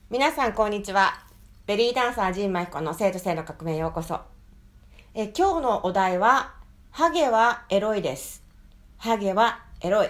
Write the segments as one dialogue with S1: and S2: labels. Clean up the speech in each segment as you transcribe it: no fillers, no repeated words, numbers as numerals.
S1: 皆さんこんにちは。ベリーダンサー陣馬彦の生と性の革命へようこそ。今日のお題はハゲはエロいです。ハゲはエロい。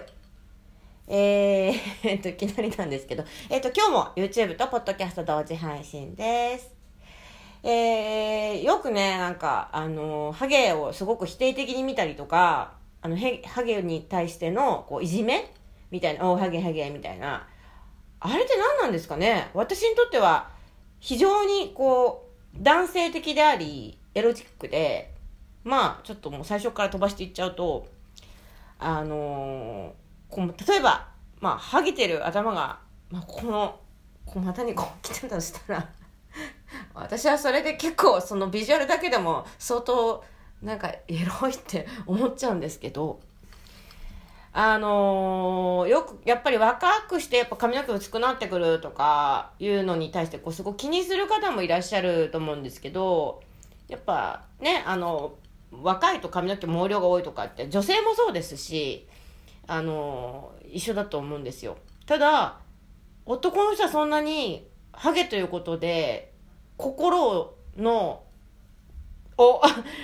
S1: いきなりなんですけど、今日も YouTube と Podcast 同時配信です。よくね、ハゲをすごく否定的に見たりとか、ハゲに対してのいじめみたいな、ハゲハゲみたいな、あれって何なんですかね。私にとっては非常に男性的でありエロチックで、ちょっともう最初から飛ばしていっちゃうと、例えばハゲてる頭が、この股に来てたとしたら私はそれで結構そのビジュアルだけでも相当エロいって思っちゃうんですけど、よくやっぱり若くしてやっぱ髪の毛薄くなってくるとかいうのに対してすごく気にする方もいらっしゃると思うんですけど、やっぱね、若いと髪の毛毛量が多いとかって女性もそうですし、一緒だと思うんですよ。ただ男の人はそんなにハゲということで心のを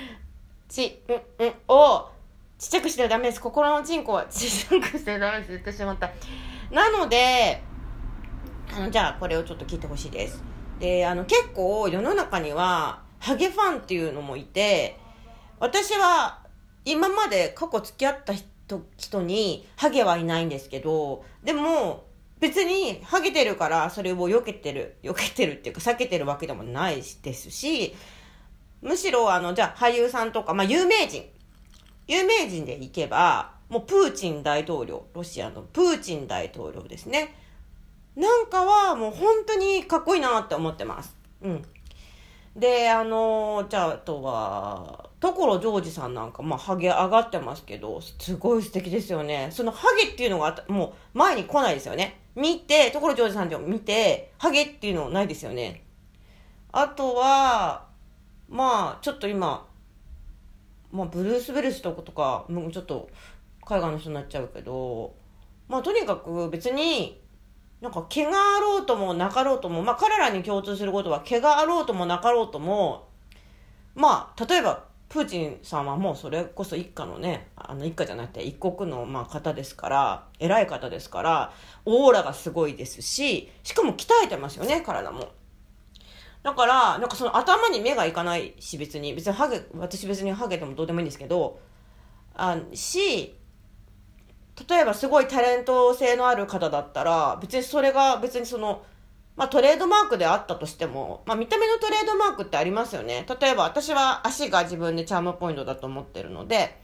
S1: ちっちゃくしてはダメです。心のチンコはちっちゃくしてはダメです。言ってしまった。なので、じゃあこれをちょっと聞いてほしいです。で、結構世の中にはハゲファンっていうのもいて、私は今まで過去付き合った人にハゲはいないんですけど、でも別にハゲてるからそれを避けてるっていうか避けてるわけでもないですし、むしろじゃあ俳優さんとか、有名人でいけば、もうプーチン大統領、ロシアのプーチン大統領ですね。なんかはもう本当にかっこいいなって思ってます。うん。で、じゃあ、あとは、所ジョージさんなんか、ハゲ上がってますけど、すごい素敵ですよね。そのハゲっていうのがもう前に来ないですよね。所ジョージさんを見て、ハゲっていうのないですよね。あとは、ちょっと今、ブルース・ウィルスとかもうちょっと海外の人になっちゃうけど、とにかく別に毛があろうともなかろうとも、彼らに共通することは毛があろうともなかろうとも、例えばプーチンさんはもうそれこそ一家のね、一家じゃなくて一国の方ですから、偉い方ですから、オーラがすごいですし、しかも鍛えてますよね、体も。だから、その頭に目がいかないし、私別にハゲてもどうでもいいんですけど、例えばすごいタレント性のある方だったら、別にそれがトレードマークであったとしても、見た目のトレードマークってありますよね。例えば私は足が自分でチャームポイントだと思ってるので、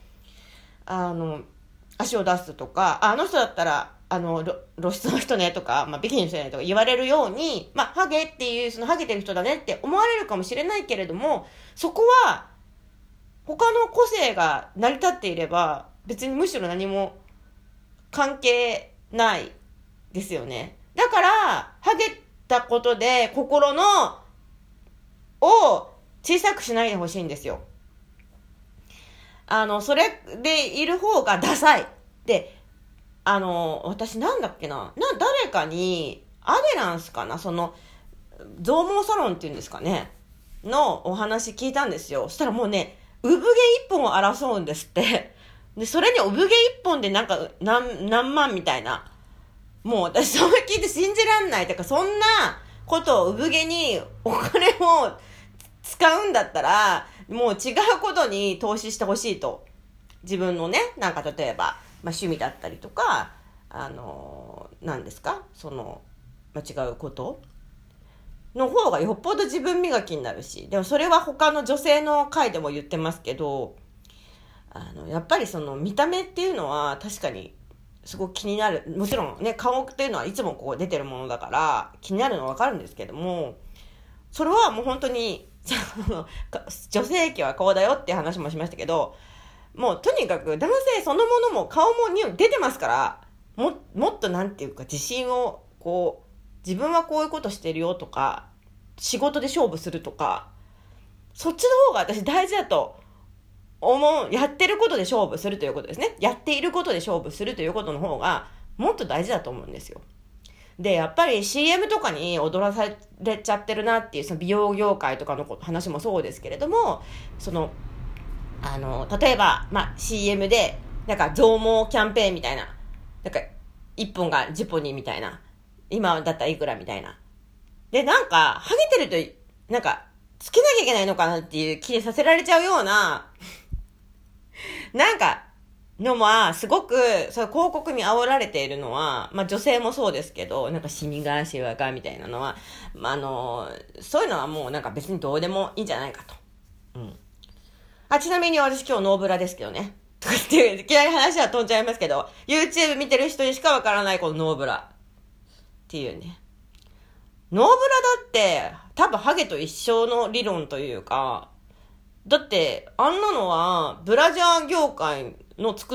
S1: 足を出すとか、あの人だったら、露出の人ねとか、ビキニの人ねとか言われるように、ハゲっていう、そのハゲてる人だねって思われるかもしれないけれども、そこは、他の個性が成り立っていれば、別にむしろ何も関係ないですよね。だから、ハゲたことで心のを小さくしないでほしいんですよ。それでいる方がダサい。で、私誰かに、アデランスかな、増毛サロンっていうんですかね、のお話聞いたんですよ。そしたらもうね、産毛一本を争うんですって。で、それに産毛一本で何万みたいな。もう私それ聞いて信じらんない。てかそんなことを産毛にお金を使うんだったら、もう違うことに投資してほしいと。自分のね、例えば、趣味だったりとか、何ですか違うことの方がよっぽど自分磨きになるし、でもそれは他の女性の回でも言ってますけど、やっぱり見た目っていうのは確かにすごく気になる。もちろんね、顔っていうのはいつも出てるものだから気になるのはわかるんですけども、それはもう本当に女性器はこうだよっていう話もしましたけど、もうとにかく男性そのものも顔も出てますから、もっと自信を自分はこういうことしてるよとか、仕事で勝負するとか、そっちの方が私大事だとやってることで勝負するということですね。やっていることで勝負するということの方がもっと大事だと思うんですよ。 で、やっぱり CM とかに踊らされちゃってるなっていう、その美容業界とかの話もそうですけれども、例えば、CM で、なんか増毛キャンペーンみたいな、なんか、1本が10本にみたいな、今だったらいくらみたいな。で、なんか、ハゲてると、なんか、つけなきゃいけないのかなっていう気にさせられちゃうような、なんか、のは、すごく、そう広告に煽られているのは、女性もそうですけど、なんかシミがシワがみたいなのは、そういうのはもうなんか別にどうでもいいんじゃないかと。ちなみに私今日ノーブラですけどね。とかっていう、いきなり話は飛んじゃいますけど、YouTube 見てる人にしかわからないこのノーブラ。っていうね。ノーブラだって、多分ハゲと一緒の理論というか、だって、あんなのは、ブラジャー業界の作った、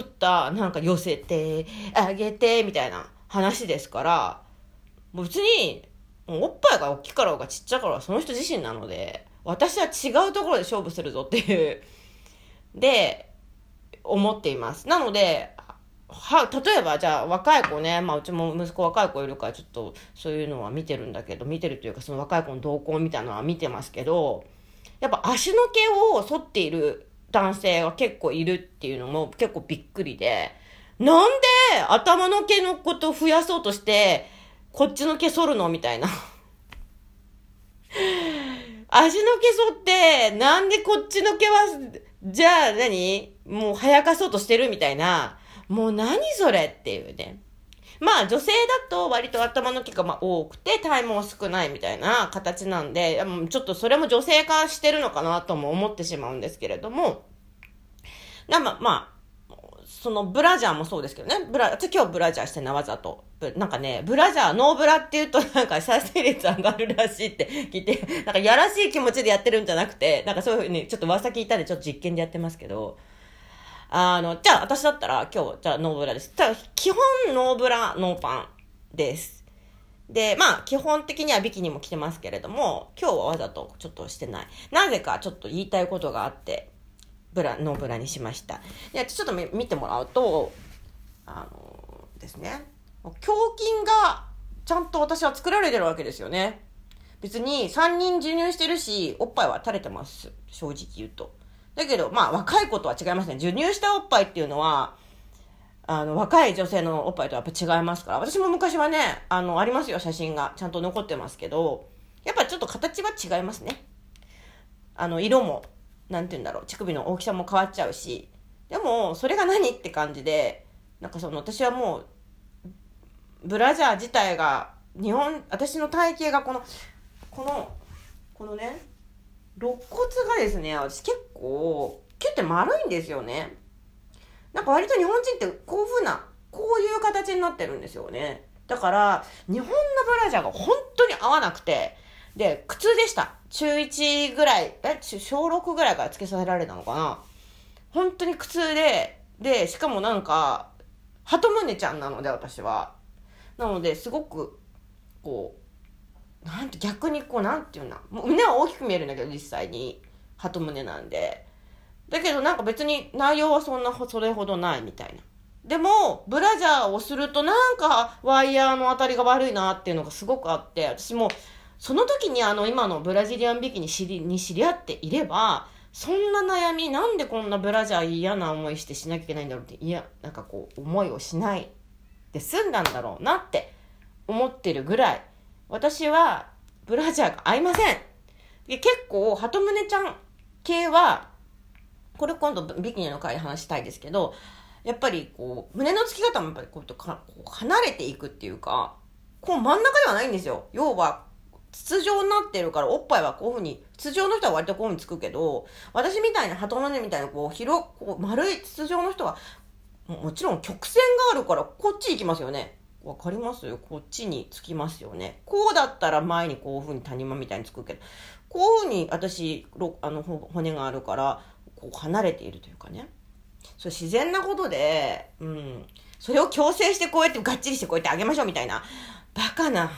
S1: なんか寄せて、あげて、みたいな話ですから、もう別に、おっぱいが大きかろうがちっちゃかろうがその人自身なので、私は違うところで勝負するぞっていう、で、思っています。なので、例えばじゃあ若い子ね、うちも息子若い子いるからちょっとそういうのは見てるんだけど、見てるというかその若い子の動向みたいなのは見てますけど、やっぱ足の毛を剃っている男性が結構いるっていうのも結構びっくりで、なんで頭の毛のことを増やそうとしてこっちの毛剃るのみたいな。足の毛剃ってなんでこっちの毛はじゃあもう生やかそうとしてるみたいな、もう何それっていうね。女性だと割と頭の毛が多くて体毛少ないみたいな形なんで、ちょっとそれも女性化してるのかなとも思ってしまうんですけれども、そのブラジャーもそうですけどね。私今日ブラジャーしてな、わざと。なんかね、ブラジャー、ノーブラって言うとなんか再生率上がるらしいって聞いて、なんかやらしい気持ちでやってるんじゃなくて、なんかそういうふうにちょっと噂聞いたんでちょっと実験でやってますけど、じゃあ私だったら今日、じゃあノーブラです。ただ基本ノーブラ、ノーパンです。で、基本的にはビキニも着てますけれども、今日はわざとちょっとしてない。なぜかちょっと言いたいことがあって、ノーブラにしました。で、ちょっと見てもらうと、ですね、胸筋がちゃんと私は作られてるわけですよね。別に3人授乳してるし、おっぱいは垂れてます。正直言うと。だけど、若い子とは違いますね。授乳したおっぱいっていうのは、若い女性のおっぱいとはやっぱ違いますから。私も昔はね、ありますよ、写真が。ちゃんと残ってますけど、やっぱちょっと形は違いますね。色も、なんて言うんだろう、乳首の大きさも変わっちゃうし。でも、それが何って感じで、なんか私はもう、ブラジャー自体が、私の体型がこのね、肋骨がですね、私結構、キュッて丸いんですよね。なんか割と日本人ってこういう形になってるんですよね。だから、日本のブラジャーが本当に合わなくて、で、苦痛でした。中1ぐらい、小6ぐらいからつけさせられたのかな。本当に苦痛で、しかもなんか、鳩胸ちゃんなので私は。なので、すごく、逆になんていうんだ。胸は大きく見えるんだけど、実際に。鳩胸なんで。だけどなんか別に内容はそれほどないみたいな。でも、ブラジャーをするとなんかワイヤーの当たりが悪いなっていうのがすごくあって、私もその時に今のブラジリアンビキニに知り合っていれば、そんな悩み、なんでこんなブラジャー嫌な思いしてしなきゃいけないんだろうって、なんか思いをしないで済んだんだろうなって思ってるぐらい、私はブラジャーが合いません。で、結構、鳩胸ちゃん系は、これ今度ビキニの回で話したいですけど、やっぱり胸の付き方もやっぱり離れていくっていうか、真ん中ではないんですよ。要は、筒状になってるから、おっぱいはこういう風に、筒状の人は割とこういう風につくけど、私みたいな鳩胸みたいな丸い筒状の人は、もちろん曲線があるから、こっち行きますよね。わかります？こっちにつきますよね。こうだったら前にこういう風に谷間みたいにつくけど、こういう風に私、骨があるから、離れているというかね。それ自然なことで、それを強制してこうやってがっちりしてこうやってあげましょうみたいな、バカな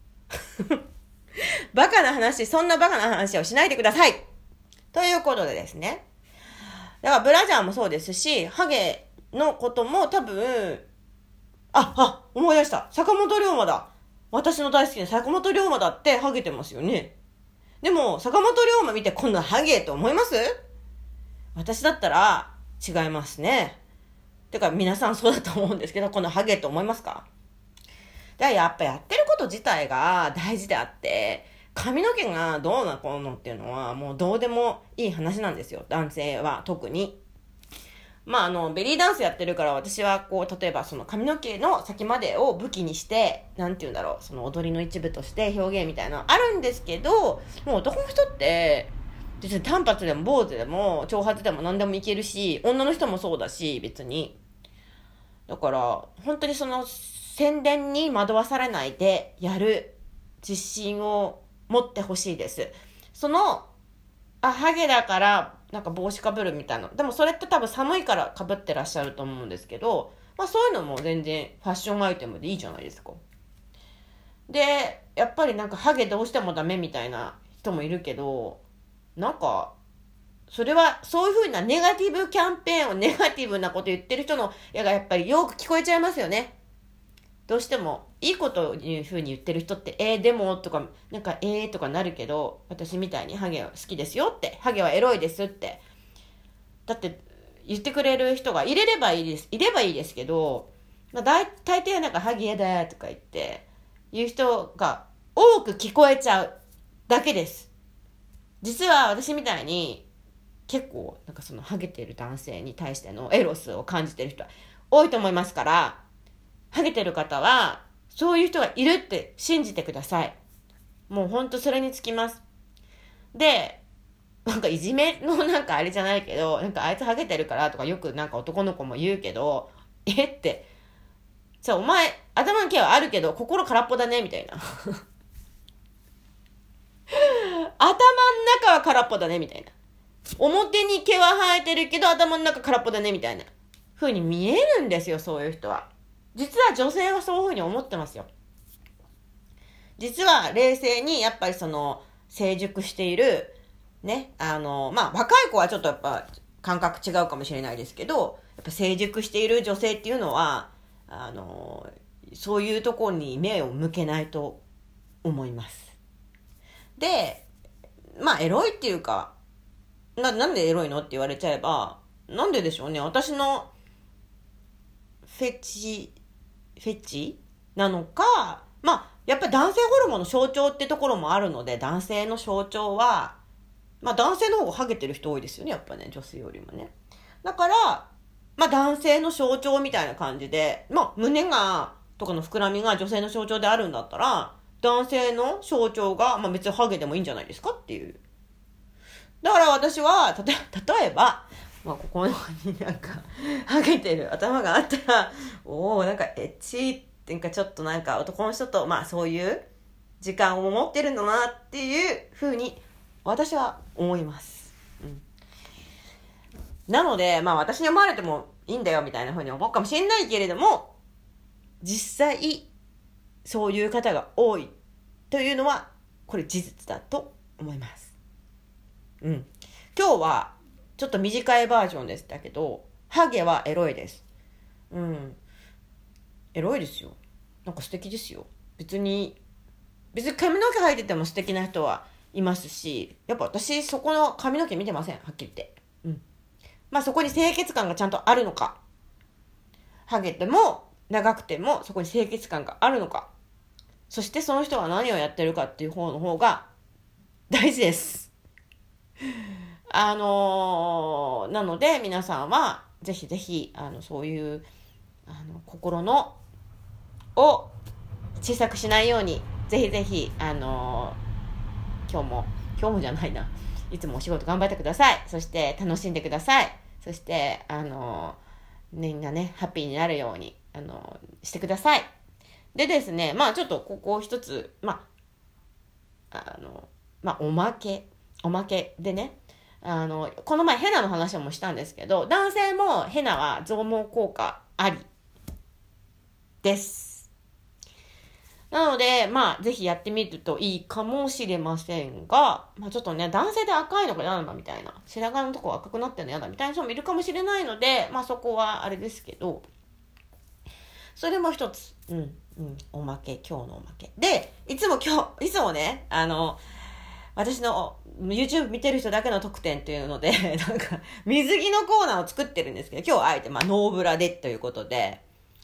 S1: 話、そんなバカな話をしないでくださいということでですね。だからブラジャーもそうですし、ハゲのことも多分、思い出した。坂本龍馬だ。 私の大好きな坂本龍馬だってハゲてますよね。でも、坂本龍馬見てこんなハゲと思います？私だったら違いますね。てか皆さんそうだと思うんですけど、このハゲと思いますか？だからやっぱやってること自体が大事であって、髪の毛がどうなこうのっていうのはもうどうでもいい話なんですよ。男性は特に。ベリーダンスやってるから私はこう、例えばその髪の毛の先までを武器にして、なんて言うんだろう、その踊りの一部として表現みたいなのあるんですけど、もう男の人って、別に短髪でも坊主でも長髪でも何でもいけるし、女の人もそうだし、別に。だから、本当にその宣伝に惑わされないでやる自信を持ってほしいです。ハゲだからなんか帽子かぶるみたいな。でもそれって多分寒いからかぶってらっしゃると思うんですけど、そういうのも全然ファッションアイテムでいいじゃないですか。で、やっぱりなんかハゲどうしてもダメみたいな人もいるけど、なんか、それはそういう風なネガティブキャンペーンをネガティブなこと言ってる人のがやっぱりよく聞こえちゃいますよね。どうしてもいいことをいう風に言ってる人ってでもとかなんかとかなるけど、私みたいにハゲは好きですよって、ハゲはエロいですってだって言ってくれる人がいればいいですけど、大抵はなんかハゲやだとか言って言う人が多く聞こえちゃうだけです。実は私みたいに結構なんかそのハゲてる男性に対してのエロスを感じてる人は多いと思いますから、ハゲてる方はそういう人がいるって信じてください。もうほんとそれにつきます。で、なんかいじめのなんかあれじゃないけど、なんかあいつハゲてるからとかよくなんか男の子も言うけど、って、お前頭の毛はあるけど心空っぽだねみたいな。頭の中は空っぽだねみたいな。表に毛は生えてるけど頭の中空っぽだねみたいな風に見えるんですよ、そういう人は。実は女性はそういう風に思ってますよ。実は冷静にやっぱりその成熟しているね、若い子はちょっとやっぱ感覚違うかもしれないですけど、やっぱ成熟している女性っていうのはそういうところに目を向けないと思います。で、エロいっていうか、なんでエロいのって言われちゃえば、なんででしょうね。私のフェチなのか、やっぱり男性ホルモンの象徴ってところもあるので、男性の象徴は、男性の方がハゲてる人多いですよね、やっぱね、女性よりもね。だから、男性の象徴みたいな感じで、胸とかの膨らみが女性の象徴であるんだったら、男性の象徴が、別にハゲでもいいんじゃないですかっていう。だから私は、例えば、ここになんか、ハゲてる頭があったら、なんかエッチっていうかちょっとなんか男の人と、そういう時間を持ってるんだなっていう風に、私は思います。なので、私に思われてもいいんだよみたいな風に思うかもしれないけれども、実際、そういう方が多いというのは、これ事実だと思います。今日はちょっと短いバージョンでしたけど、ハゲはエロいです。エロいですよ。なんか素敵ですよ。別に髪の毛生えてても素敵な人はいますし、やっぱ私そこの髪の毛見てません、はっきり言って。そこに清潔感がちゃんとあるのか、ハゲても長くてもそこに清潔感があるのか、そしてその人が何をやってるかっていう方の方が大事です。なので皆さんはぜひぜひそういう心のを小さくしないように、ぜひぜひ今日もじゃないな、いつもお仕事頑張ってください。そして楽しんでください。そしてみんなねハッピーになるようにしてください。でですね、ちょっとここ一つおまけでね、この前ヘナの話もしたんですけど、男性もヘナは増毛効果ありです。なのでぜひやってみるといいかもしれませんが、ちょっとね男性で赤いのが嫌だみたいな、白髪のとこ赤くなってるの嫌だみたいな人もいるかもしれないので、そこはあれですけど、それも一つ今日のおまけで、いつもね、私の YouTube 見てる人だけの特典というのでなんか水着のコーナーを作ってるんですけど、今日あえてノーブラでということで、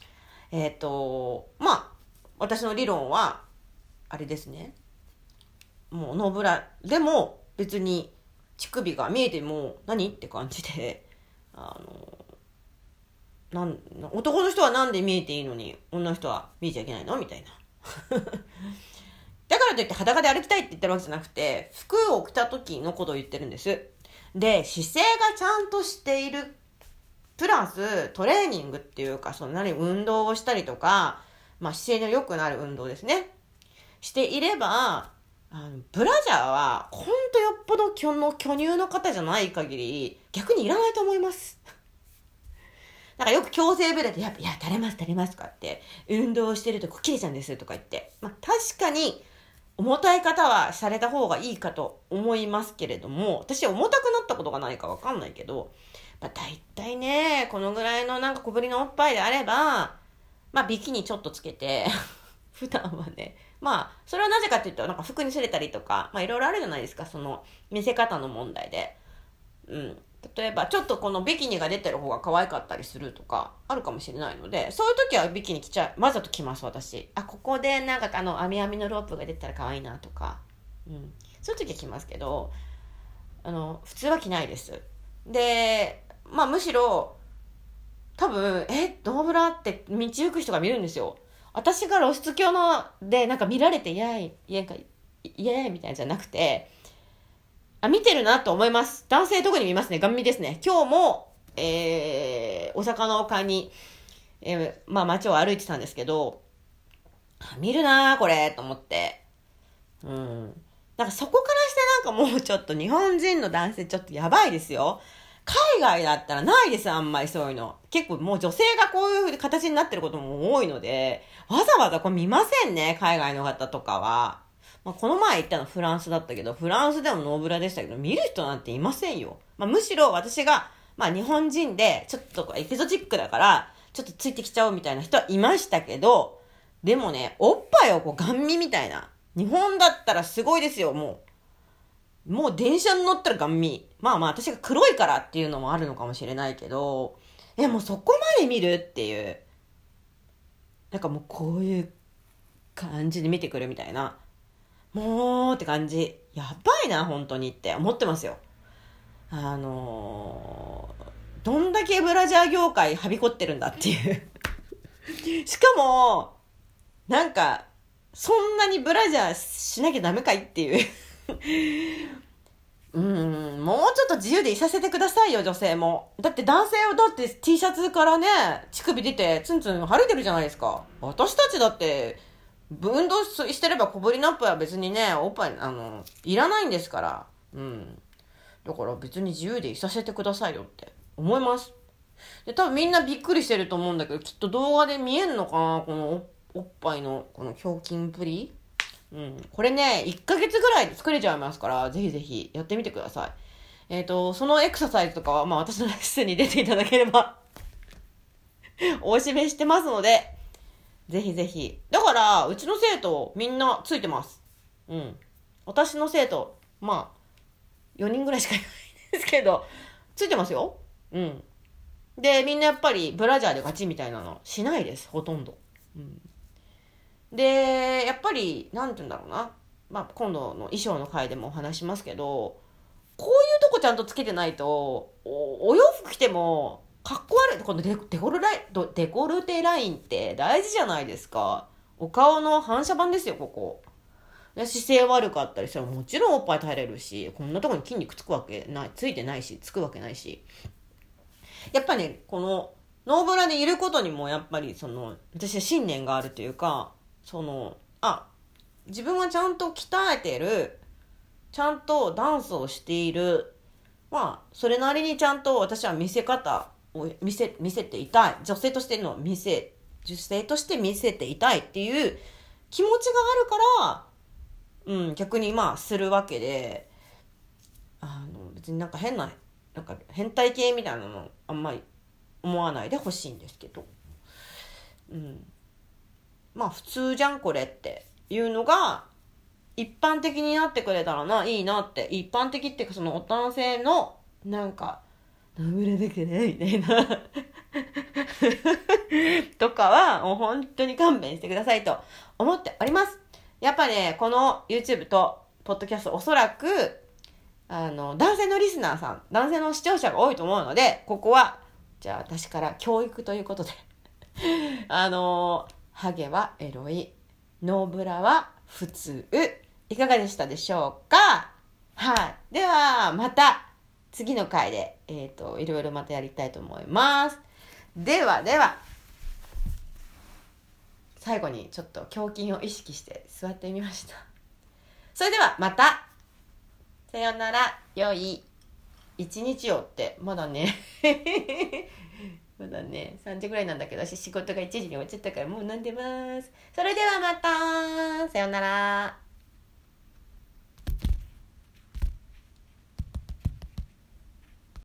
S1: 私の理論はあれですね。もうノーブラでも別に乳首が見えても何って感じで、男の人はなんで見えていいのに女の人は見えちゃいけないのみたいなだからといって裸で歩きたいって言ってるわけじゃなくて、服を着た時のことを言ってるんです。で、姿勢がちゃんとしているプラストレーニングっていうか、運動をしたりとか、姿勢の良くなる運動ですね、していれば、ブラジャーはほんとよっぽど巨乳の方じゃない限り逆にいらないと思います。なんかよく強制ブラで垂れますとかって運動してると切れちゃうんですとか言って、確かに重たい方はされた方がいいかと思いますけれども、私は重たくなったことがないかわかんないけど、だいたいねこのぐらいのなんか小ぶりのおっぱいであれば、ビキニちょっとつけて普段はね、それはなぜかっていうと、なんか服にすれたりとか、いろいろあるじゃないですか、その見せ方の問題で。例えばちょっとこのビキニが出てる方が可愛かったりするとかあるかもしれないので、そういう時はビキニわざと着ます私。ここでなんか網網のロープが出たら可愛いなとか、そういう時は着ますけど、普通は着ないです。で、むしろ多分ドーブラって道行く人が見るんですよ。私が露出狂でなんか見られてイエーイみたいなじゃなくて、見てるなと思います。男性特に見ますね。ガン見ですね。今日も、お魚を買いに、街を歩いてたんですけど、見るなーこれと思って。なんかそこからしてなんかもうちょっと日本人の男性ちょっとやばいですよ。海外だったらないです、あんまりそういうの。結構もう女性がこういう形になってることも多いので、わざわざこれ見ませんね、海外の方とかは。この前行ったのフランスだったけど、フランスでもノーブラでしたけど、見る人なんていませんよ。むしろ私が、日本人で、ちょっとエキゾチックだから、ちょっとついてきちゃおうみたいな人はいましたけど、でもね、おっぱいをガン見みたいな。日本だったらすごいですよ、もう電車に乗ったらガン見。私が黒いからっていうのもあるのかもしれないけど、もうそこまで見るっていう。なんかもうこういう感じで見てくるみたいな。もうって感じ。やばいな、本当にって思ってますよ。どんだけブラジャー業界はびこってるんだっていうしかも、なんか、そんなにブラジャーしなきゃダメかいっていうもうちょっと自由でいさせてくださいよ、女性も。だって男性はだって T シャツからね、乳首出てツンツン腫れてるじゃないですか。私たちだって、運動してれば小ぶりのアップは別にね、おっぱい、いらないんですから。だから別に自由でいさせてくださいよって思います。で、多分みんなびっくりしてると思うんだけど、きっと動画で見えんのかな、このおっぱいのこの胸筋ぶり。これね、1ヶ月ぐらいで作れちゃいますから、ぜひぜひやってみてください。そのエクササイズとかは、私のレッスンに出ていただければお示ししてますので、ぜひぜひ。だから、うちの生徒、みんなついてます。私の生徒、4人ぐらいしかいないんですけど、ついてますよ。で、みんなやっぱりブラジャーでガチみたいなのしないです、ほとんど。で、やっぱり、なんて言うんだろうな。今度の衣装の回でもお話しますけど、こういうとこちゃんとつけてないと、お洋服着ても、かっこ悪い。このデコルテラインって大事じゃないですか。お顔の反射板ですよ、ここ。姿勢悪かったりしたらもちろんおっぱい垂れるし、こんなとこに筋肉ついてないし、つくわけないし。やっぱね、この、ノーブラでいることにもやっぱり私は信念があるというか、自分はちゃんと鍛えてる、ちゃんとダンスをしている、それなりにちゃんと私は見せ方を見せていたい。女性として見せていたいっていう気持ちがあるから、逆にするわけで、別になんか変態系みたいなのあんまり思わないでほしいんですけど。 まあ普通じゃんこれっていうのが一般的になってくれたらいいなって。一般的っていうかその男性のなんか殴らなきゃねみたいなとかはもう本当に勘弁してくださいと思っております。やっぱね、この YouTube とポッドキャストおそらく男性のリスナーさん、男性の視聴者が多いと思うので、ここはじゃあ私から教育ということでハゲはエロい、ノーブラは普通、いかがでしたでしょうか。はい。ではまた次の回でいろいろまたやりたいと思います。では最後にちょっと胸筋を意識して座ってみました。それではまた、さよなら、良い一日をってまだねまだね3時ぐらいなんだけど、私仕事が1時に終わっちゃったからもう飲んでます。それではまた、さよなら。